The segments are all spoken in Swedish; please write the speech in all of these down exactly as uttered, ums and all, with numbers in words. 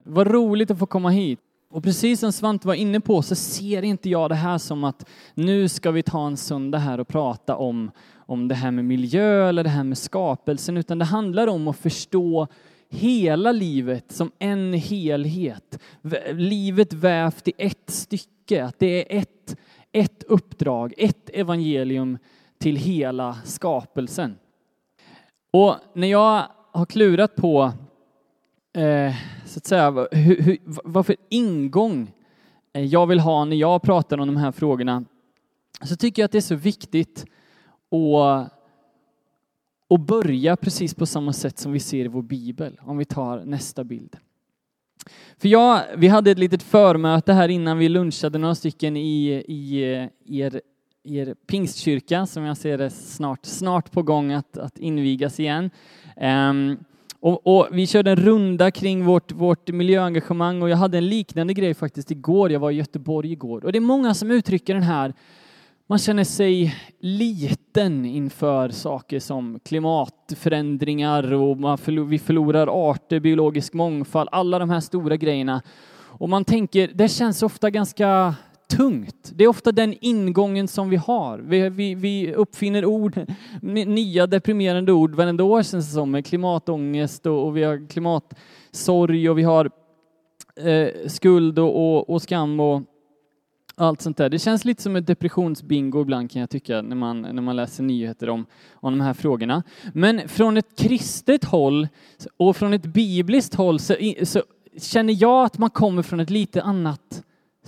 Vad roligt att få komma hit. Och precis som Svante var inne på så ser inte jag det här som att nu ska vi ta en söndag här och prata om, om det här med miljö eller det här med skapelsen. Utan det handlar om att förstå hela livet som en helhet. Livet vävt i ett stycke. Att det är ett, ett uppdrag, ett evangelium till hela skapelsen. Och när jag har klurat på eh, så att säga, hur, hur, vad för ingång jag vill ha när jag pratar om de här frågorna, så tycker jag att det är så viktigt att, att börja precis på samma sätt som vi ser i vår bibel. Om vi tar nästa bild. För jag, vi hade ett litet förmöte här innan vi lunchade några stycken i, i er, er pingstkyrka som jag ser det snart, snart på gång att, att invigas igen. Um, och, och vi körde en runda kring vårt, vårt miljöengagemang och jag hade en liknande grej faktiskt igår. Jag var i Göteborg igår och det är många som uttrycker den här, man känner sig liten inför saker som klimatförändringar och man förlor, vi förlorar arter, biologisk mångfald, alla de här stora grejerna. Och man tänker, det känns ofta ganska tungt. Det är ofta den ingången som vi har. Vi, vi, vi uppfinner ord, nya deprimerande ord varenda år känns det som, med klimatångest och, och vi har klimatsorg och vi har eh, skuld och, och, och skam och allt sånt där. Det känns lite som ett depressionsbingo ibland kan jag tycka när man, när man läser nyheter om, om de här frågorna. Men från ett kristet håll och från ett bibliskt håll så, så känner jag att man kommer från ett lite annat,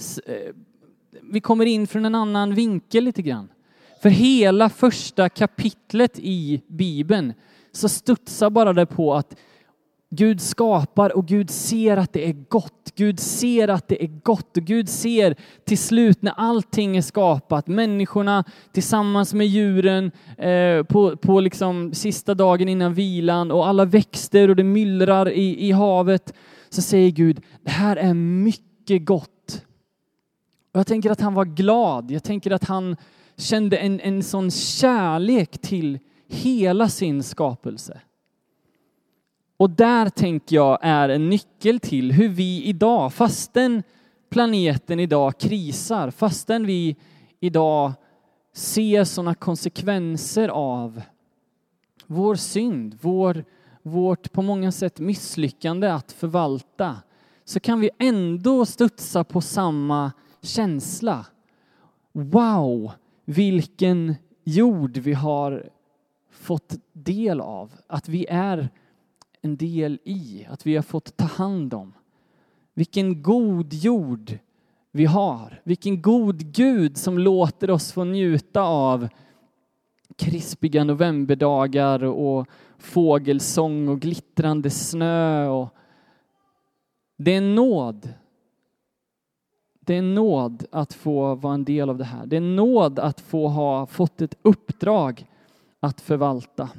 vi kommer in från en annan vinkel lite grann. För hela första kapitlet i Bibeln så studsar bara det på att Gud skapar och Gud ser att det är gott. Gud ser att det är gott och Gud ser till slut när allting är skapat. Människorna tillsammans med djuren eh, på, på liksom sista dagen innan vilan och alla växter och det myllrar i, i havet. Så säger Gud, det här är mycket gott. Och jag tänker att han var glad. Jag tänker att han kände en, en sån kärlek till hela sin skapelse. Och där tänker jag är en nyckel till hur vi idag, fastän planeten idag krisar, fastän vi idag ser sådana konsekvenser av vår synd, vår, vårt på många sätt misslyckande att förvalta, så kan vi ändå studsa på samma känsla. Wow, vilken jord vi har fått del av, att vi är en del i, att vi har fått ta hand om. Vilken god jord vi har. Vilken god Gud som låter oss få njuta av krispiga novemberdagar och fågelsång och glittrande snö. Och det är en nåd. Det är en nåd att få vara en del av det här. Det är en nåd att få ha fått ett uppdrag att förvalta.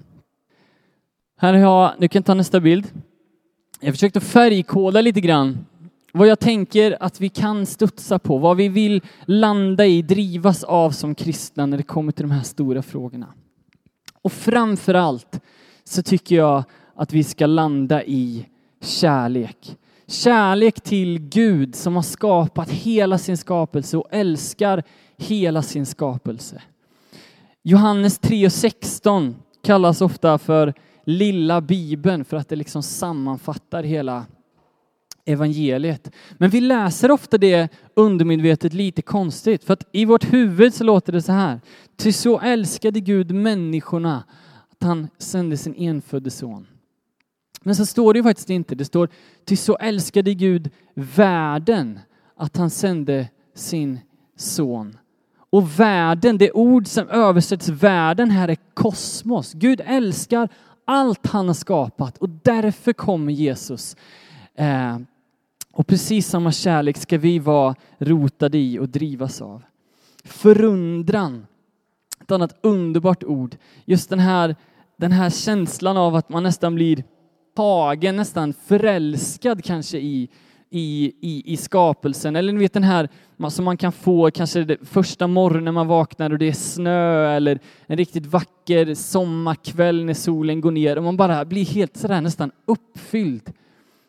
Här har jag, du kan ta nästa bild. Jag försökte färgkoda lite grann vad jag tänker att vi kan studsa på. Vad vi vill landa i, drivas av som kristna när det kommer till de här stora frågorna. Och framförallt så tycker jag att vi ska landa i kärlek. Kärlek till Gud som har skapat hela sin skapelse och älskar hela sin skapelse. Johannes tre och sexton kallas ofta för lilla Bibeln för att det liksom sammanfattar hela evangeliet. Men vi läser ofta det undermedvetet lite konstigt. För att i vårt huvud så låter det så här. Ty så älskade Gud människorna att han sände sin enfödde son. Men så står det ju faktiskt inte. Det står ty så älskade Gud världen att han sände sin son. Och världen, det ord som översätts världen här är kosmos. Gud älskar allt han har skapat och därför kommer Jesus. Eh, och precis samma kärlek ska vi vara rotade i och drivas av. Förundran, ett annat underbart ord. Just den här, den här känslan av att man nästan blir tagen, nästan förälskad kanske i, i, i, i skapelsen. Eller ni vet den här som man kan få kanske det första morgonen när man vaknar och det är snö eller en riktigt vacker sommarkväll när solen går ner och man bara blir helt sådär nästan uppfylld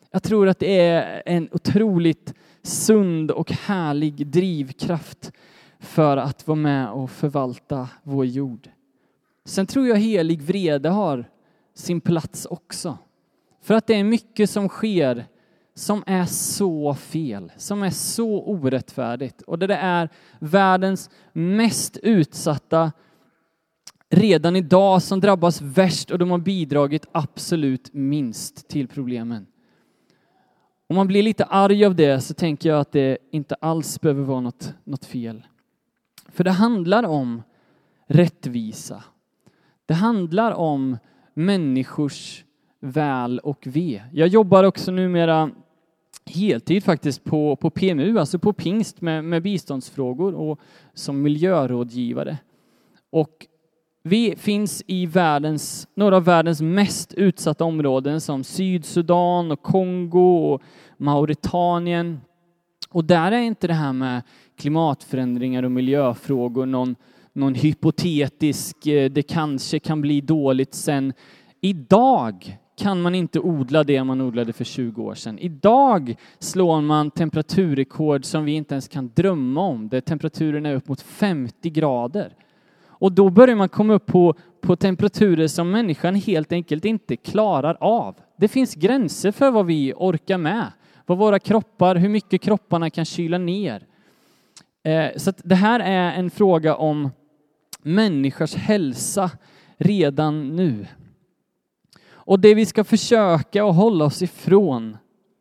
Jag tror att det är en otroligt sund och härlig drivkraft för att vara med och förvalta vår jord. Sen tror jag helig vrede har sin plats också. För att det är mycket som sker som är så fel, som är så orättfärdigt. Och det är världens mest utsatta redan idag som drabbas värst, och de har bidragit absolut minst till problemen. Om man blir lite arg av det så tänker jag att det inte alls behöver vara något, något fel. För det handlar om rättvisa. Det handlar om människors väl och ve. Jag jobbar också numera heltid faktiskt på, på P M U, alltså på Pingst med, med biståndsfrågor och som miljörådgivare. Och vi finns i världens, några av världens mest utsatta områden som Sydsudan och Kongo och Mauritanien. Och där är inte det här med klimatförändringar och miljöfrågor någon, någon hypotetisk, det kanske kan bli dåligt sen. Idag kan man inte odla det man odlade för tjugo år sedan. Idag slår man temperaturrekord som vi inte ens kan drömma om. Där temperaturen är upp mot femtio grader. Och då börjar man komma upp på, på temperaturer som människan helt enkelt inte klarar av. Det finns gränser för vad vi orkar med. Vad våra kroppar, hur mycket kropparna kan kyla ner. Eh, så att det här är en fråga om människors hälsa redan nu. Och det vi ska försöka att hålla oss ifrån,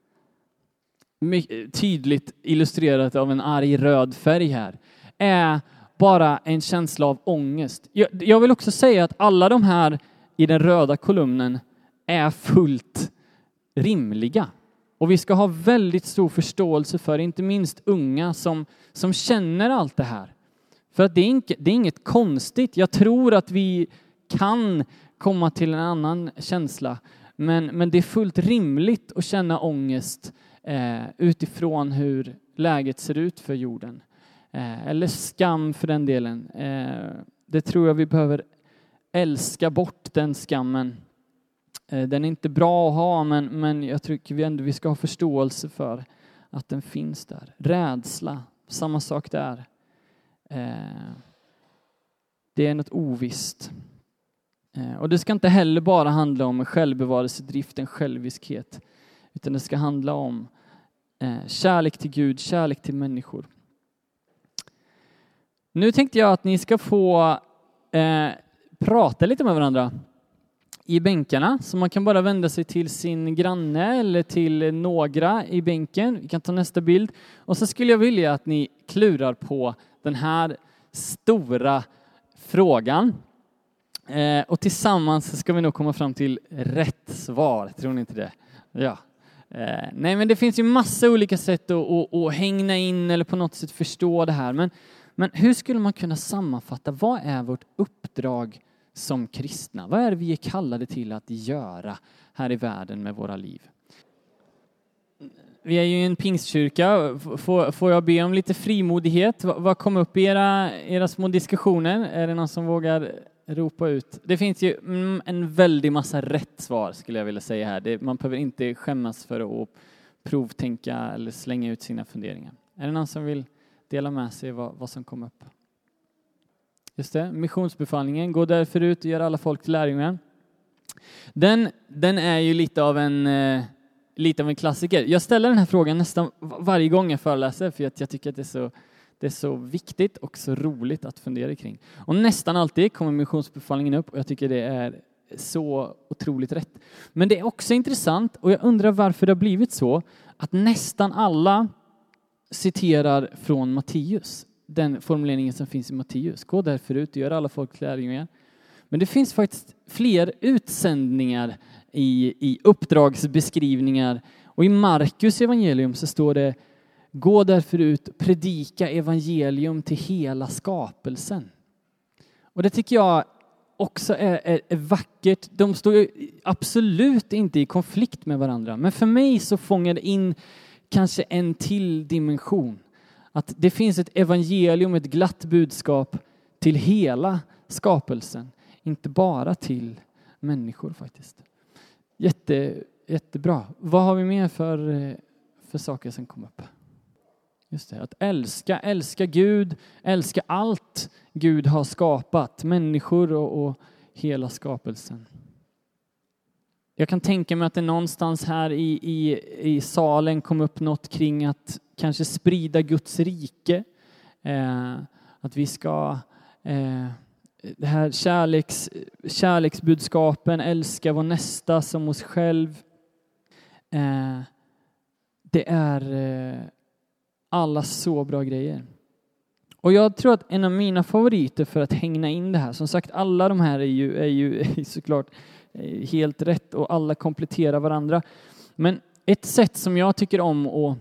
tydligt illustrerat av en arg röd färg här, är bara en känsla av ångest. Jag, jag vill också säga att alla de här i den röda kolumnen är fullt rimliga. Och vi ska ha väldigt stor förståelse för, inte minst unga som, som känner allt det här. För att det är, inget, det är inget konstigt. Jag tror att vi kan komma till en annan känsla. Men, men det är fullt rimligt att känna ångest eh, utifrån hur läget ser ut för jorden. Eh, eller skam för den delen. Eh, det tror jag vi behöver älska bort, den skammen. Eh, den är inte bra att ha, men, men jag tycker vi ändå vi ska ha förståelse för att den finns där. Rädsla, samma sak där. Eh, det är något ovisst. Eh, och det ska inte heller bara handla om självbevarelsedrift, en själviskhet. Utan det ska handla om eh, kärlek till Gud, kärlek till människor. Nu tänkte jag att ni ska få eh, prata lite med varandra i bänkarna. Så man kan bara vända sig till sin granne eller till några i bänken. Vi kan ta nästa bild. Och så skulle jag vilja att ni klurar på den här stora frågan. Eh, och tillsammans ska vi nog komma fram till rätt svar. Tror ni inte det? Ja. Eh, nej, men det finns ju massa olika sätt att, att, att hänga in eller på något sätt förstå det här. Men Men hur skulle man kunna sammanfatta, vad är vårt uppdrag som kristna? Vad är det vi är kallade till att göra här i världen med våra liv? Vi är ju en pingstkyrka. Får, får jag be om lite frimodighet? Vad, vad kom upp i era, era små diskussioner? Är det någon som vågar ropa ut? Det finns ju en väldig massa rätt svar skulle jag vilja säga här. Det, man behöver inte skämmas för att provtänka eller slänga ut sina funderingar. Är det någon som vill dela med sig vad, vad som kom upp? Just det, missionsbefallningen. Gå därför ut och gör alla folk till lärjungar. Den, den är ju lite av en eh, lite av en klassiker. Jag ställer den här frågan nästan varje gång jag föreläser för att jag tycker att det är så, det är så viktigt och så roligt att fundera kring. Och nästan alltid kommer missionsbefallningen upp och jag tycker det är så otroligt rätt. Men det är också intressant och jag undrar varför det har blivit så att nästan alla citerar från Matteus. Den formuleringen som finns i Matteus. Gå därför ut och gör alla folk till lärjungar. Men det finns faktiskt fler utsändningar i, i uppdragsbeskrivningar. Och i Markus evangelium så står det: gå därför ut, predika evangelium till hela skapelsen. Och det tycker jag också är, är, är vackert. De står ju absolut inte i konflikt med varandra. Men för mig så fångar det in kanske en till dimension. Att det finns ett evangelium, ett glatt budskap till hela skapelsen. Inte bara till människor faktiskt. Jätte, jättebra. Vad har vi mer för, för saker som kom upp? Just det, att älska, älska Gud, älska allt Gud har skapat, människor och, och hela skapelsen. Jag kan tänka mig att det någonstans här i, i, i salen kom upp något kring att kanske sprida Guds rike. Eh, att vi ska, eh, det här kärleks, kärleksbudskapen, älska vår nästa som oss själv. Eh, det är eh, alla så bra grejer. Och jag tror att en av mina favoriter för att hänga in det här, som sagt alla de här är ju, är ju såklart helt rätt och alla kompletterar varandra. Men ett sätt som jag tycker om att,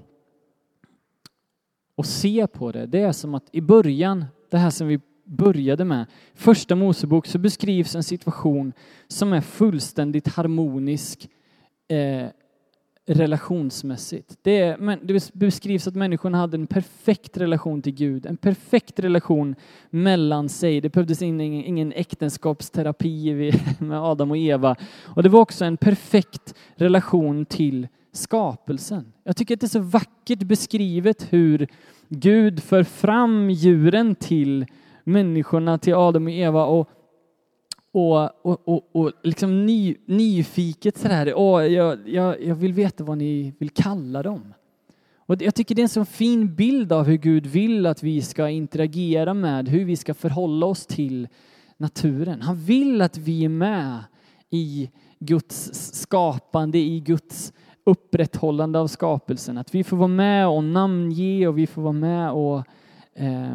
att se på det, det är som att i början, det här som vi började med, första Mosebok, så beskrivs en situation som är fullständigt harmonisk eh, relationsmässigt. Det, är, men det beskrivs att människorna hade en perfekt relation till Gud, en perfekt relation mellan sig. Det behövdes ingen, ingen äktenskapsterapi med Adam och Eva. Och det var också en perfekt relation till skapelsen. Jag tycker att det är så vackert beskrivet hur Gud för fram djuren till människorna, till Adam och Eva, och Och, och, och, och liksom ny, nyfiket sådär, åh, jag, jag, jag vill veta vad ni vill kalla dem. Och jag tycker det är en så fin bild av hur Gud vill att vi ska interagera med, hur vi ska förhålla oss till naturen. Han vill att vi är med i Guds skapande, i Guds upprätthållande av skapelsen. Att vi får vara med och namnge och vi får vara med och, eh,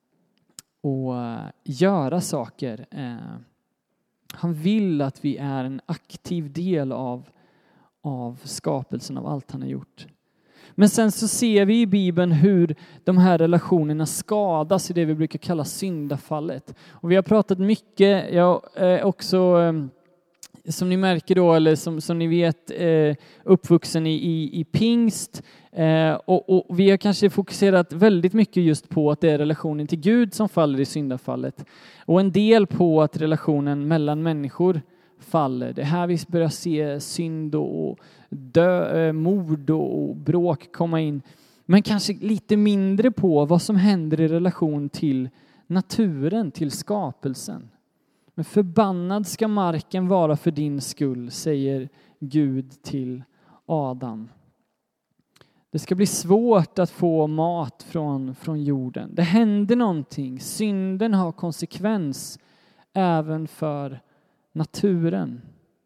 och göra saker. Eh, Han vill att vi är en aktiv del av, av skapelsen, av allt han har gjort. Men sen så ser vi i Bibeln hur de här relationerna skadas i det vi brukar kalla syndafallet. Och vi har pratat mycket, jag är också, som ni märker då, eller som, som ni vet, uppvuxen i, i, i pingst. Och, och vi har kanske fokuserat väldigt mycket just på att det är relationen till Gud som faller i syndafallet. Och en del på att relationen mellan människor faller. Det är här vi börjar se synd och dö, mord och bråk komma in. Men kanske lite mindre på vad som händer i relation till naturen, till skapelsen. Men förbannad ska marken vara för din skull, säger Gud till Adam. Det ska bli svårt att få mat från, från jorden. Det händer någonting. Synden har konsekvens även för naturen.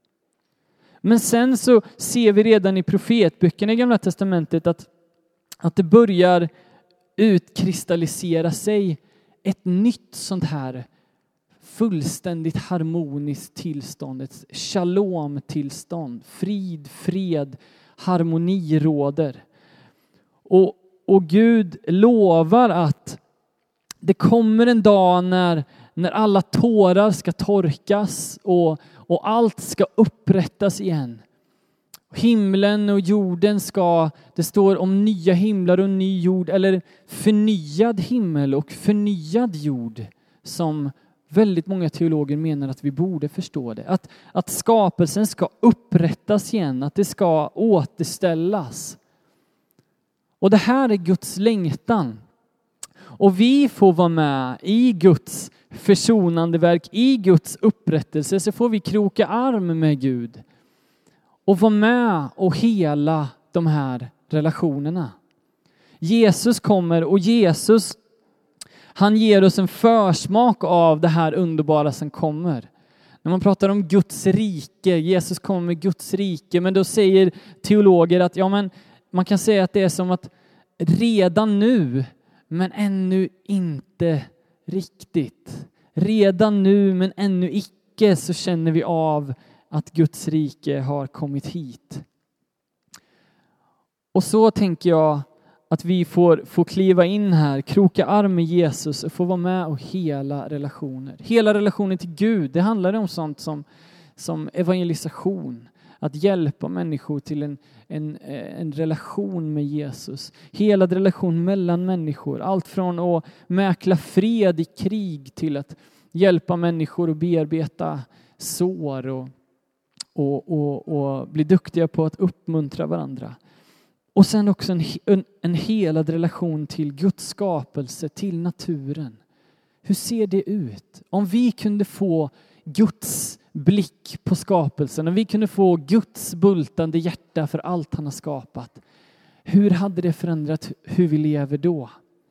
Men sen så ser vi redan i profetböckerna i Gamla testamentet att, att det börjar utkristallisera sig ett nytt sånt här fullständigt harmoniskt tillstånd. Ett shalom-tillstånd. Frid, fred, harmoni råder. Och, och Gud lovar att det kommer en dag när, när alla tårar ska torkas och, och allt ska upprättas igen. Himlen och jorden ska, det står om nya himlar och ny jord, eller förnyad himmel och förnyad jord, som väldigt många teologer menar att vi borde förstå det. Att, att skapelsen ska upprättas igen, att det ska återställas. Och det här är Guds längtan. Och vi får vara med i Guds försonande verk, i Guds upprättelse, så får vi kroka arm med Gud. Och vara med och hela de här relationerna. Jesus kommer och Jesus, han ger oss en försmak av det här underbara som kommer. När man pratar om Guds rike, Jesus kommer med Guds rike, men då säger teologer att ja, men man kan säga att det är som att redan nu, men ännu inte riktigt. Redan nu, men ännu icke, så känner vi av att Guds rike har kommit hit. Och så tänker jag att vi får, får kliva in här, kroka arm med Jesus och få vara med och hela relationer. Hela relationen till Gud, det handlar om sånt som, som evangelisation. Att hjälpa människor till en, en, en relation med Jesus. Hela relation mellan människor. Allt från att mäkla fred i krig till att hjälpa människor att bearbeta sår och, och, och, och bli duktiga på att uppmuntra varandra. Och sen också en, en, en helad relation till Guds skapelse, till naturen. Hur ser det ut? Om vi kunde få Guds blick på skapelsen, om vi kunde få Guds bultande hjärta för allt han har skapat, hur hade det förändrat hur vi lever då?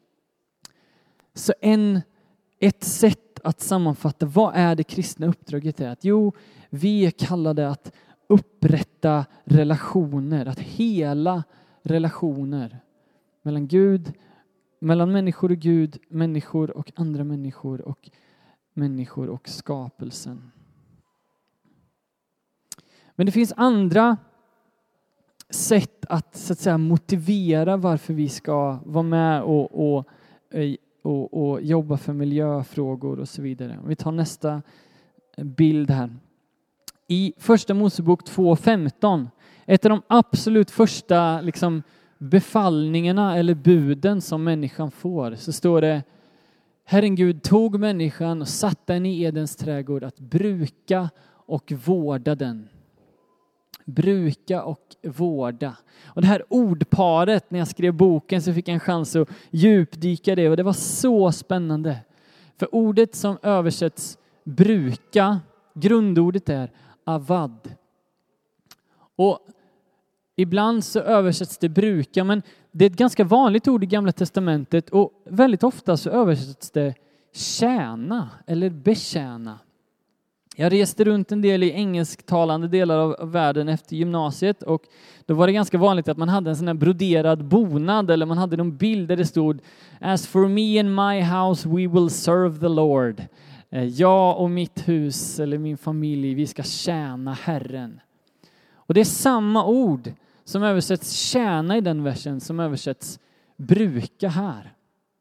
Så en, ett sätt att sammanfatta vad är det kristna uppdraget är att jo, vi är kallade att upprätta relationer, att hela relationer mellan Gud, mellan människor och Gud, människor och andra människor och människor och skapelsen. Men det finns andra sätt att, så att säga, motivera varför vi ska vara med och, och, och, och jobba för miljöfrågor och så vidare. Vi tar nästa bild här. I första Mosebok två femton, ett av de absolut första liksom, befallningarna eller buden som människan får, så står det: Herren Gud tog människan och satte henne i Edens trädgård att bruka och vårda den. Bruka och vårda. Och det här ordparet, när jag skrev boken så fick jag en chans att djupdyka det, och det var så spännande. För ordet som översätts bruka, grundordet är avad. Och ibland så översätts det bruka, men det är ett ganska vanligt ord i Gamla testamentet, och väldigt ofta så översätts det tjäna eller betjäna. Jag reste runt en del i engelsktalande delar av världen efter gymnasiet, och då var det ganska vanligt att man hade en sån här broderad bonad, eller man hade någon bild där det stod As for me and my house we will serve the Lord. Jag och mitt hus eller min familj, vi ska tjäna Herren. Och det är samma ord som översätts tjäna i den versen som översätts bruka här.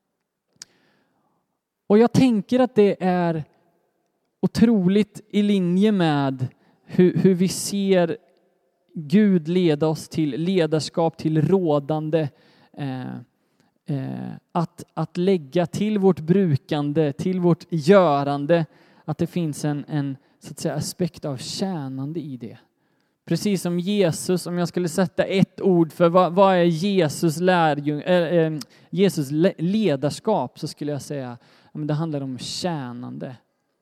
Och jag tänker att det är otroligt i linje med hur, hur vi ser Gud leda oss till ledarskap, till rådande, eh, eh, att, att lägga till vårt brukande, till vårt görande, att det finns en, en så att säga, aspekt av tjänande i det. Precis som Jesus, om jag skulle sätta ett ord för vad, vad är Jesus lärjung, äh, Jesus ledarskap, så skulle jag säga att det handlar om tjänande.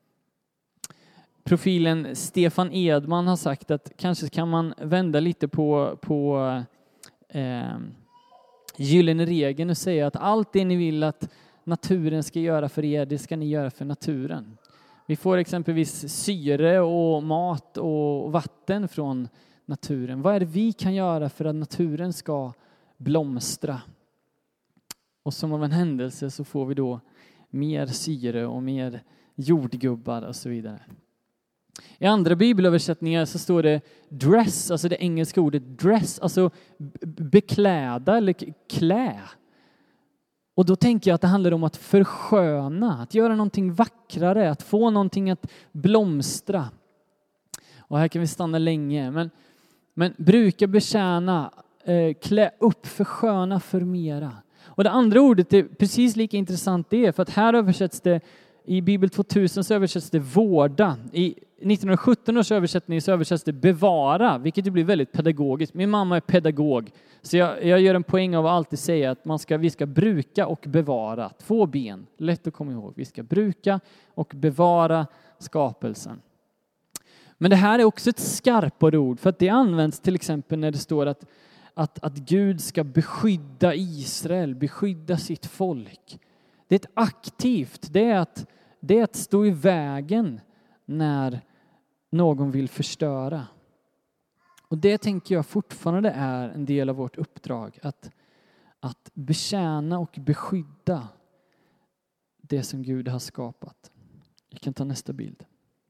Profilen Stefan Edman har sagt att kanske kan man vända lite på, på eh, gyllene regeln och säga att allt det ni vill att naturen ska göra för er, det ska ni göra för naturen. Vi får exempelvis syre och mat och vatten från naturen. Vad är det vi kan göra för att naturen ska blomstra? Och som av en händelse så får vi då mer syre och mer jordgubbar och så vidare. I andra bibelöversättningar så står det dress, alltså det engelska ordet dress, alltså bekläda eller klä. Och då tänker jag att det handlar om att försköna, att göra någonting vackrare, att få någonting att blomstra. Och här kan vi stanna länge, men, men bruka, betjäna, eh, klä upp, försköna, förmera. Och det andra ordet är precis lika intressant det, för att här översätts det, i Bibel tvåtusen så översätts det vårda. I nittonhundrasjutton års översättning så översätts det bevara, vilket ju blir väldigt pedagogiskt. Min mamma är pedagog, så jag, jag gör en poäng av att alltid säga att man ska, vi ska bruka och bevara. Två ben, lätt att komma ihåg. Vi ska bruka och bevara skapelsen. Men det här är också ett skarpare ord, för att det används till exempel när det står att, att, att Gud ska beskydda Israel, beskydda sitt folk. Det är ett aktivt, det är att, det är att stå i vägen när någon vill förstöra. Och det tänker jag fortfarande är en del av vårt uppdrag. Att, att betjäna och beskydda det som Gud har skapat. Jag kan ta nästa bild.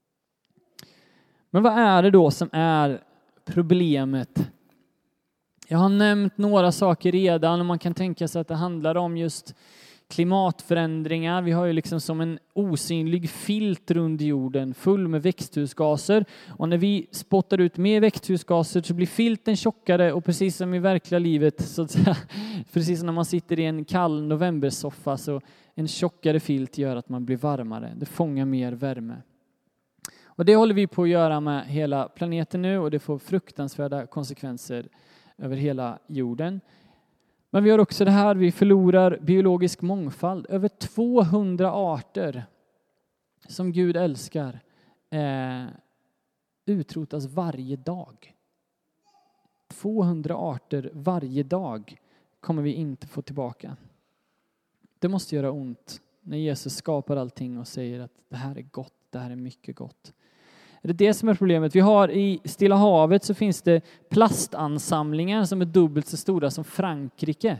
Men vad är det då som är problemet? Jag har nämnt några saker redan och man kan tänka sig att det handlar om just klimatförändringar. Vi har ju liksom som en osynlig filt runt jorden full med växthusgaser. Och när vi spottar ut mer växthusgaser så blir filten tjockare, och precis som i verkliga livet, så att säga, precis som när man sitter i en kall novembersoffa, så en tjockare filt gör att man blir varmare. Det fångar mer värme. Och det håller vi på att göra med hela planeten nu och det får fruktansvärda konsekvenser över hela jorden. Men vi har också det här, vi förlorar biologisk mångfald. Över tvåhundra arter som Gud älskar eh, utrotas varje dag. tvåhundra arter varje dag kommer vi inte få tillbaka. Det måste göra ont när Jesus skapar allting och säger att det här är gott, det här är mycket gott. Det är det som är problemet. Vi har i Stilla havet så finns det plastansamlingar som är dubbelt så stora som Frankrike.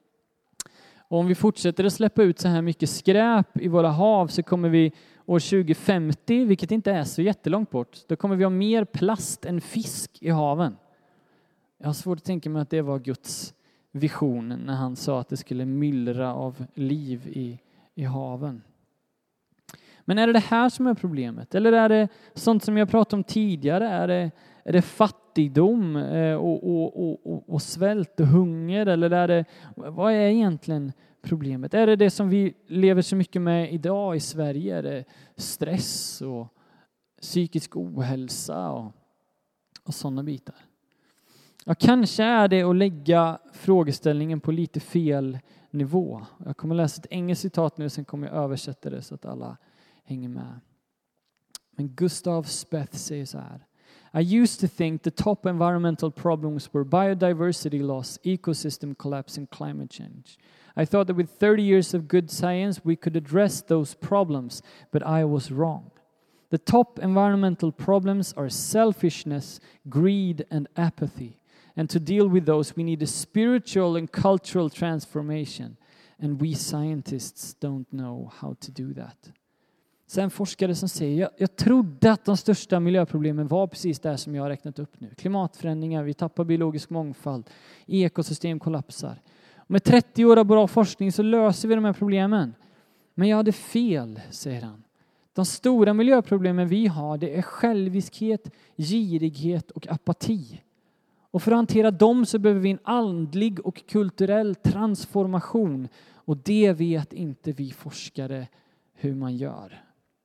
Och om vi fortsätter att släppa ut så här mycket skräp i våra hav så kommer vi år tjugo femtio, vilket inte är så jättelångt bort, då kommer vi ha mer plast än fisk i haven. Jag har svårt att tänka mig att det var Guds vision när han sa att det skulle myllra av liv i, i haven. Men är det det här som är problemet? Eller är det sånt som jag pratade om tidigare? Är det, är det fattigdom och, och, och, och svält och hunger? Eller är det, vad är egentligen problemet? Är det det som vi lever så mycket med idag i Sverige? Är det stress och psykisk ohälsa och, och sådana bitar? Ja, kanske är det att lägga frågeställningen på lite fel nivå. Jag kommer läsa ett engelskt citat nu, sen kommer jag översätta det så att alla hänger med. Men Gustav Speth säger så här. I used to think the top environmental problems were biodiversity loss, ecosystem collapse and climate change. I thought that with thirty years of good science we could address those problems, but I was wrong. The top environmental problems are selfishness, greed and apathy. And to deal with those we need a spiritual and cultural transformation. And we scientists don't know how to do that. Sen forskare som säger, jag, jag trodde att de största miljöproblemen var precis det som jag har räknat upp nu. Klimatförändringar, vi tappar biologisk mångfald, ekosystem kollapsar. Och med trettio år av bra forskning så löser vi de här problemen. Men jag hade fel, säger han. De stora miljöproblemen vi har, det är själviskhet, girighet och apati. Och för att hantera dem så behöver vi en andlig och kulturell transformation. Och det vet inte vi forskare hur man gör.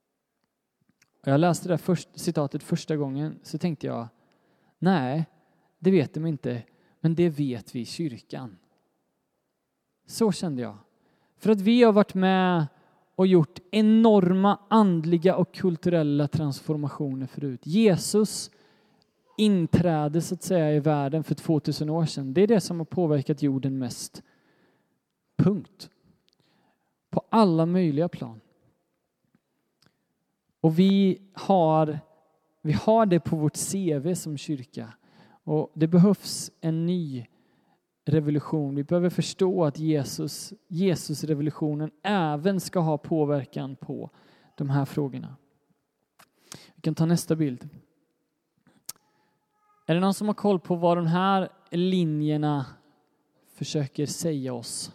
Och jag läste det först, citatet första gången så tänkte jag, nej, det vet de inte, men det vet vi i kyrkan. Så kände jag. För att vi har varit med och gjort enorma andliga och kulturella transformationer förut. Jesus inträde så att säga i världen för tvåtusen år sedan. Det är det som har påverkat jorden mest. Punkt. På alla möjliga plan. Och vi har, vi har det på vårt C V som kyrka. Och det behövs en ny revolution. Vi behöver förstå att Jesus, Jesus revolutionen även ska ha påverkan på de här frågorna. Vi kan ta nästa bild. Är det någon som har koll på vad de här linjerna försöker säga oss?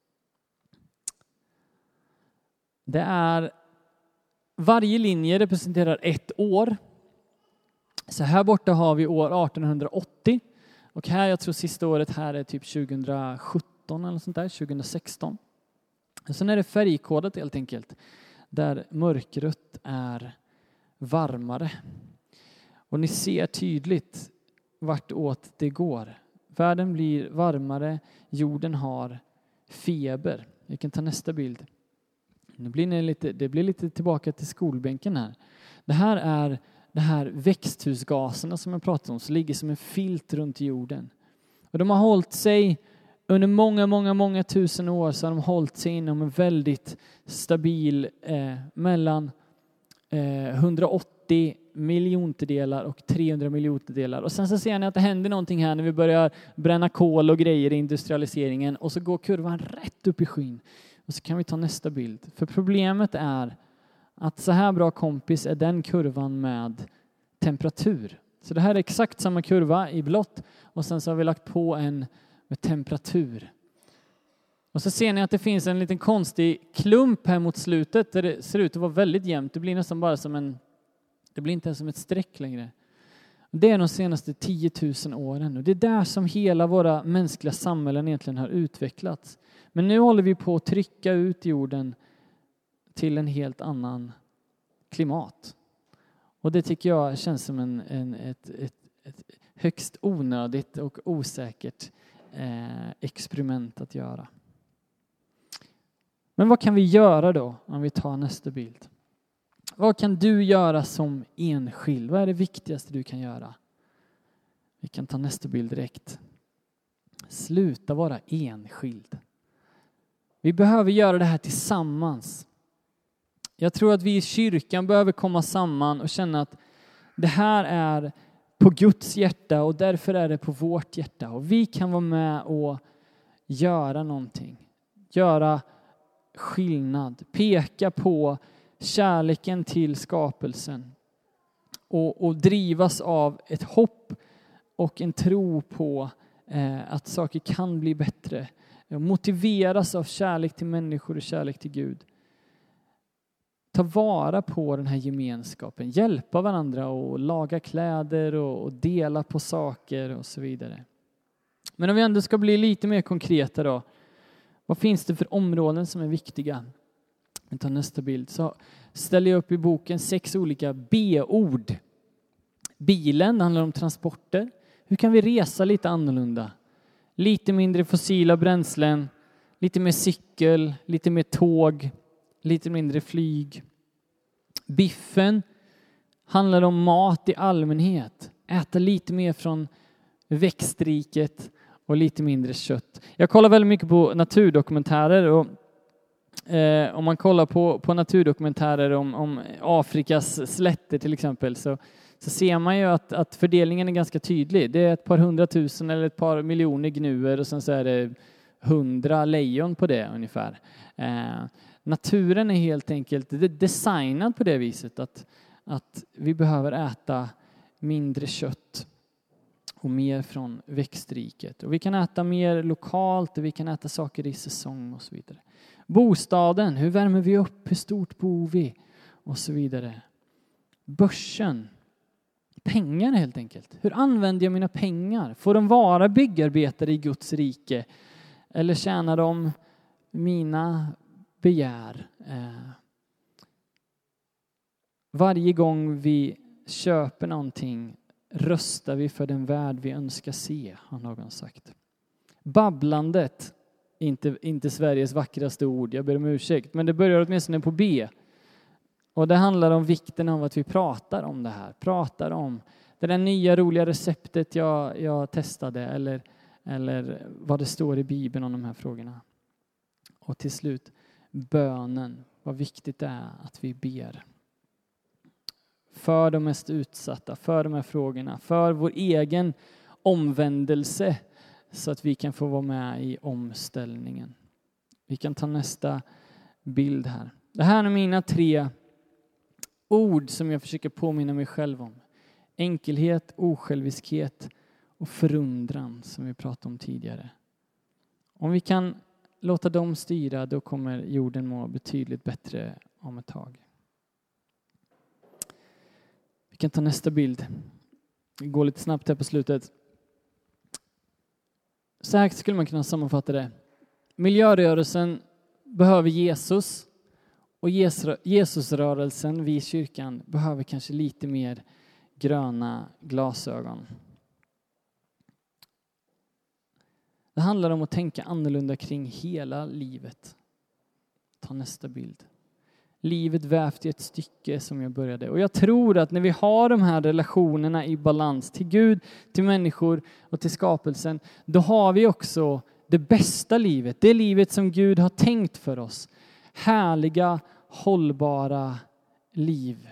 Det är, varje linje representerar ett år. Så här borta har vi år arton åttio. Och här, jag tror sista året här är typ tjugosjutton eller sånt där, tjugosexton. Och sen är det färgkodat helt enkelt. Där mörkrött är varmare. Och ni ser tydligt vartåt det går. Världen blir varmare, jorden har feber. Jag kan ta nästa bild. Nu blir det, lite, det blir lite tillbaka till skolbänken här. Det här är de här växthusgaserna som jag pratade om, som ligger som en filt runt jorden. Och de har hållit sig under många, många, många tusen år, så har de hållit sig inom en väldigt stabil eh, mellan eh, hundraåttio miljondelar och trehundra miljondelar. Och sen så ser ni att det händer någonting här när vi börjar bränna kol och grejer i industrialiseringen. Och så går kurvan rätt upp i skyn. Och så kan vi ta nästa bild. För problemet är att så här bra kompis är den kurvan med temperatur. Så det här är exakt samma kurva i blått. Och sen så har vi lagt på en med temperatur. Och så ser ni att det finns en liten konstig klump här mot slutet. Där det ser ut att vara väldigt jämnt. Det blir nästan bara som en... Det blir inte ens som ett streck längre. Det är de senaste tiotusen åren. Och det är där som hela våra mänskliga samhällen egentligen har utvecklats. Men nu håller vi på att trycka ut jorden till en helt annan klimat. Och det tycker jag känns som en, en, ett, ett, ett högst onödigt och osäkert eh, experiment att göra. Men vad kan vi göra då om vi tar nästa bild? Vad kan du göra som enskild? Vad är det viktigaste du kan göra? Vi kan ta nästa bild direkt. Sluta vara enskild. Vi behöver göra det här tillsammans. Jag tror att vi i kyrkan behöver komma samman och känna att det här är på Guds hjärta och därför är det på vårt hjärta. Och vi kan vara med och göra någonting. Göra skillnad. Peka på kärleken till skapelsen. Och, och drivas av ett hopp och en tro på eh, att saker kan bli bättre. Motiveras av kärlek till människor och kärlek till Gud. Ta vara på den här gemenskapen. Hjälpa varandra och laga kläder och, och dela på saker och så vidare. Men om vi ändå ska bli lite mer konkreta då. Vad finns det för områden som är viktiga? Vi tar nästa bild. Så ställer jag upp i boken sex olika B-ord. Bilen handlar om transporter. Hur kan vi resa lite annorlunda? Lite mindre fossila bränslen. Lite mer cykel. Lite mer tåg. Lite mindre flyg. Biffen handlar om mat i allmänhet. Äta lite mer från växtriket och lite mindre kött. Jag kollar väldigt mycket på naturdokumentärer och eh, om man kollar på, på naturdokumentärer om, om Afrikas slätter till exempel så, så ser man ju att, att fördelningen är ganska tydlig. Det är ett par hundratusen eller ett par miljoner gnuer och sen så är det hundra lejon på det ungefär. Eh, naturen är helt enkelt designad på det viset att, att vi behöver äta mindre kött och mer från växtriket. Och vi kan äta mer lokalt och vi kan äta saker i säsong och så vidare. Bostaden, hur värmer vi upp? Hur stort bor vi? Och så vidare. Börsen, pengar helt enkelt. Hur använder jag mina pengar? Får de vara byggarbetare i Guds rike? Eller tjänar de mina begär? Eh, varje gång vi köper någonting röstar vi för den värld vi önskar se, har någon sagt. Babblandet, inte, inte Sveriges vackraste ord, jag ber om ursäkt, men det börjar åtminstone på B. Och det handlar om vikten av att vi pratar om det här. Pratar om det där nya roliga receptet jag, jag testade eller, eller vad det står i Bibeln om de här frågorna. Och till slut, bönen. Vad viktigt det är att vi ber. För de mest utsatta, för de här frågorna, för vår egen omvändelse så att vi kan få vara med i omställningen. Vi kan ta nästa bild här. Det här är mina tre ord som jag försöker påminna mig själv om. Enkelhet, osjälviskhet och förundran som vi pratade om tidigare. Om vi kan låta dem styra, då kommer jorden må betydligt bättre om ett tag. Vi kan ta nästa bild. Det går lite snabbt här på slutet. Så här skulle man kunna sammanfatta det. Miljörörelsen behöver Jesus. Och Jesusrörelsen, vi i kyrkan, behöver kanske lite mer gröna glasögon. Det handlar om att tänka annorlunda kring hela livet. Ta nästa bild. Livet vävt i ett stycke som jag började. Och jag tror att när vi har de här relationerna i balans till Gud, till människor och till skapelsen, då har vi också det bästa livet. Det livet som Gud har tänkt för oss. Härliga, hållbara liv.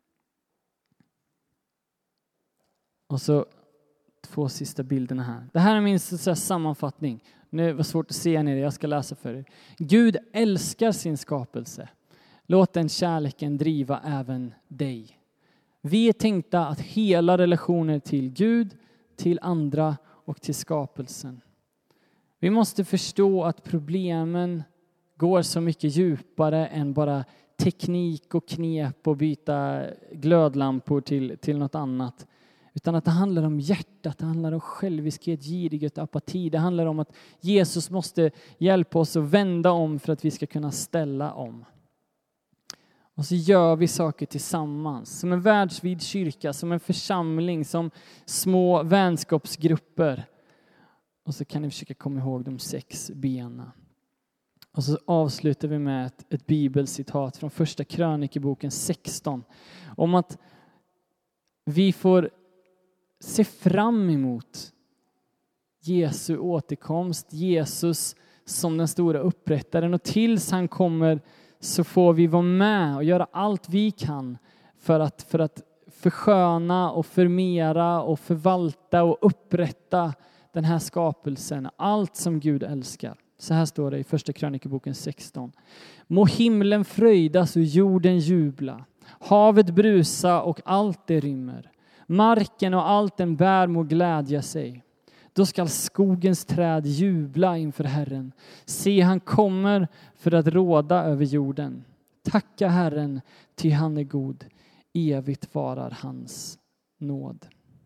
Och så två sista bilderna här. Det här är min så sammanfattning. Nu var det svårt att se ner, jag ska läsa för er. Gud älskar sin skapelse. Låt den kärleken driva även dig. Vi är tänkta att hela relationer till Gud, till andra och till skapelsen. Vi måste förstå att problemen går så mycket djupare än bara teknik och knep och byta glödlampor till, till något annat. Utan att det handlar om hjärtat, det handlar om själviskhet, girighet och apati. Det handlar om att Jesus måste hjälpa oss att vända om för att vi ska kunna ställa om. Och så gör vi saker tillsammans. Som en världsvid kyrka, som en församling, som små vänskapsgrupper. Och så kan ni försöka komma ihåg de sex benen. Och så avslutar vi med ett, ett bibelcitat från första krönikeboken sexton. Om att vi får se fram emot Jesu återkomst. Jesus som den stora upprättaren. Och tills han kommer så får vi vara med och göra allt vi kan för att, för att försköna och förmera och förvalta och upprätta den här skapelsen. Allt som Gud älskar. Så här står det i första krönikeboken sexton. Må himlen fröjdas och jorden jubla. Havet brusa och allt det rymmer. Marken och allt den bär må glädja sig. Då skall skogens träd jubla inför Herren. Se, han kommer för att råda över jorden. Tacka Herren, ty han är god. Evigt varar hans nåd.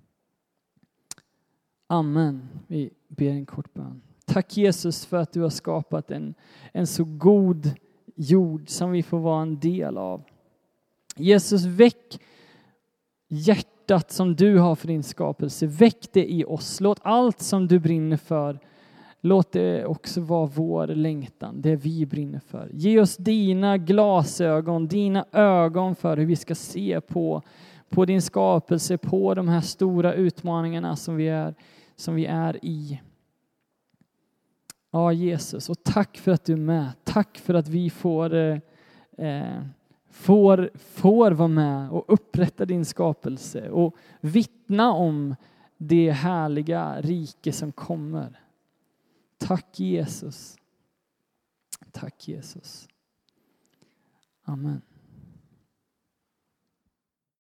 Amen. Vi ber en kort bön. Tack Jesus för att du har skapat en, en så god jord som vi får vara en del av. Jesus, väck hjärtat som du har för din skapelse. Väck det i oss. Låt allt som du brinner för, låt det också vara vår längtan, det vi brinner för. Ge oss dina glasögon, dina ögon för hur vi ska se på, på din skapelse, på de här stora utmaningarna som vi är, som vi är i. Ja, Jesus, och tack för att du är med. Tack för att vi får, eh, får, får vara med och upprätta din skapelse och vittna om det härliga rike som kommer. Tack Jesus. Tack Jesus. Amen.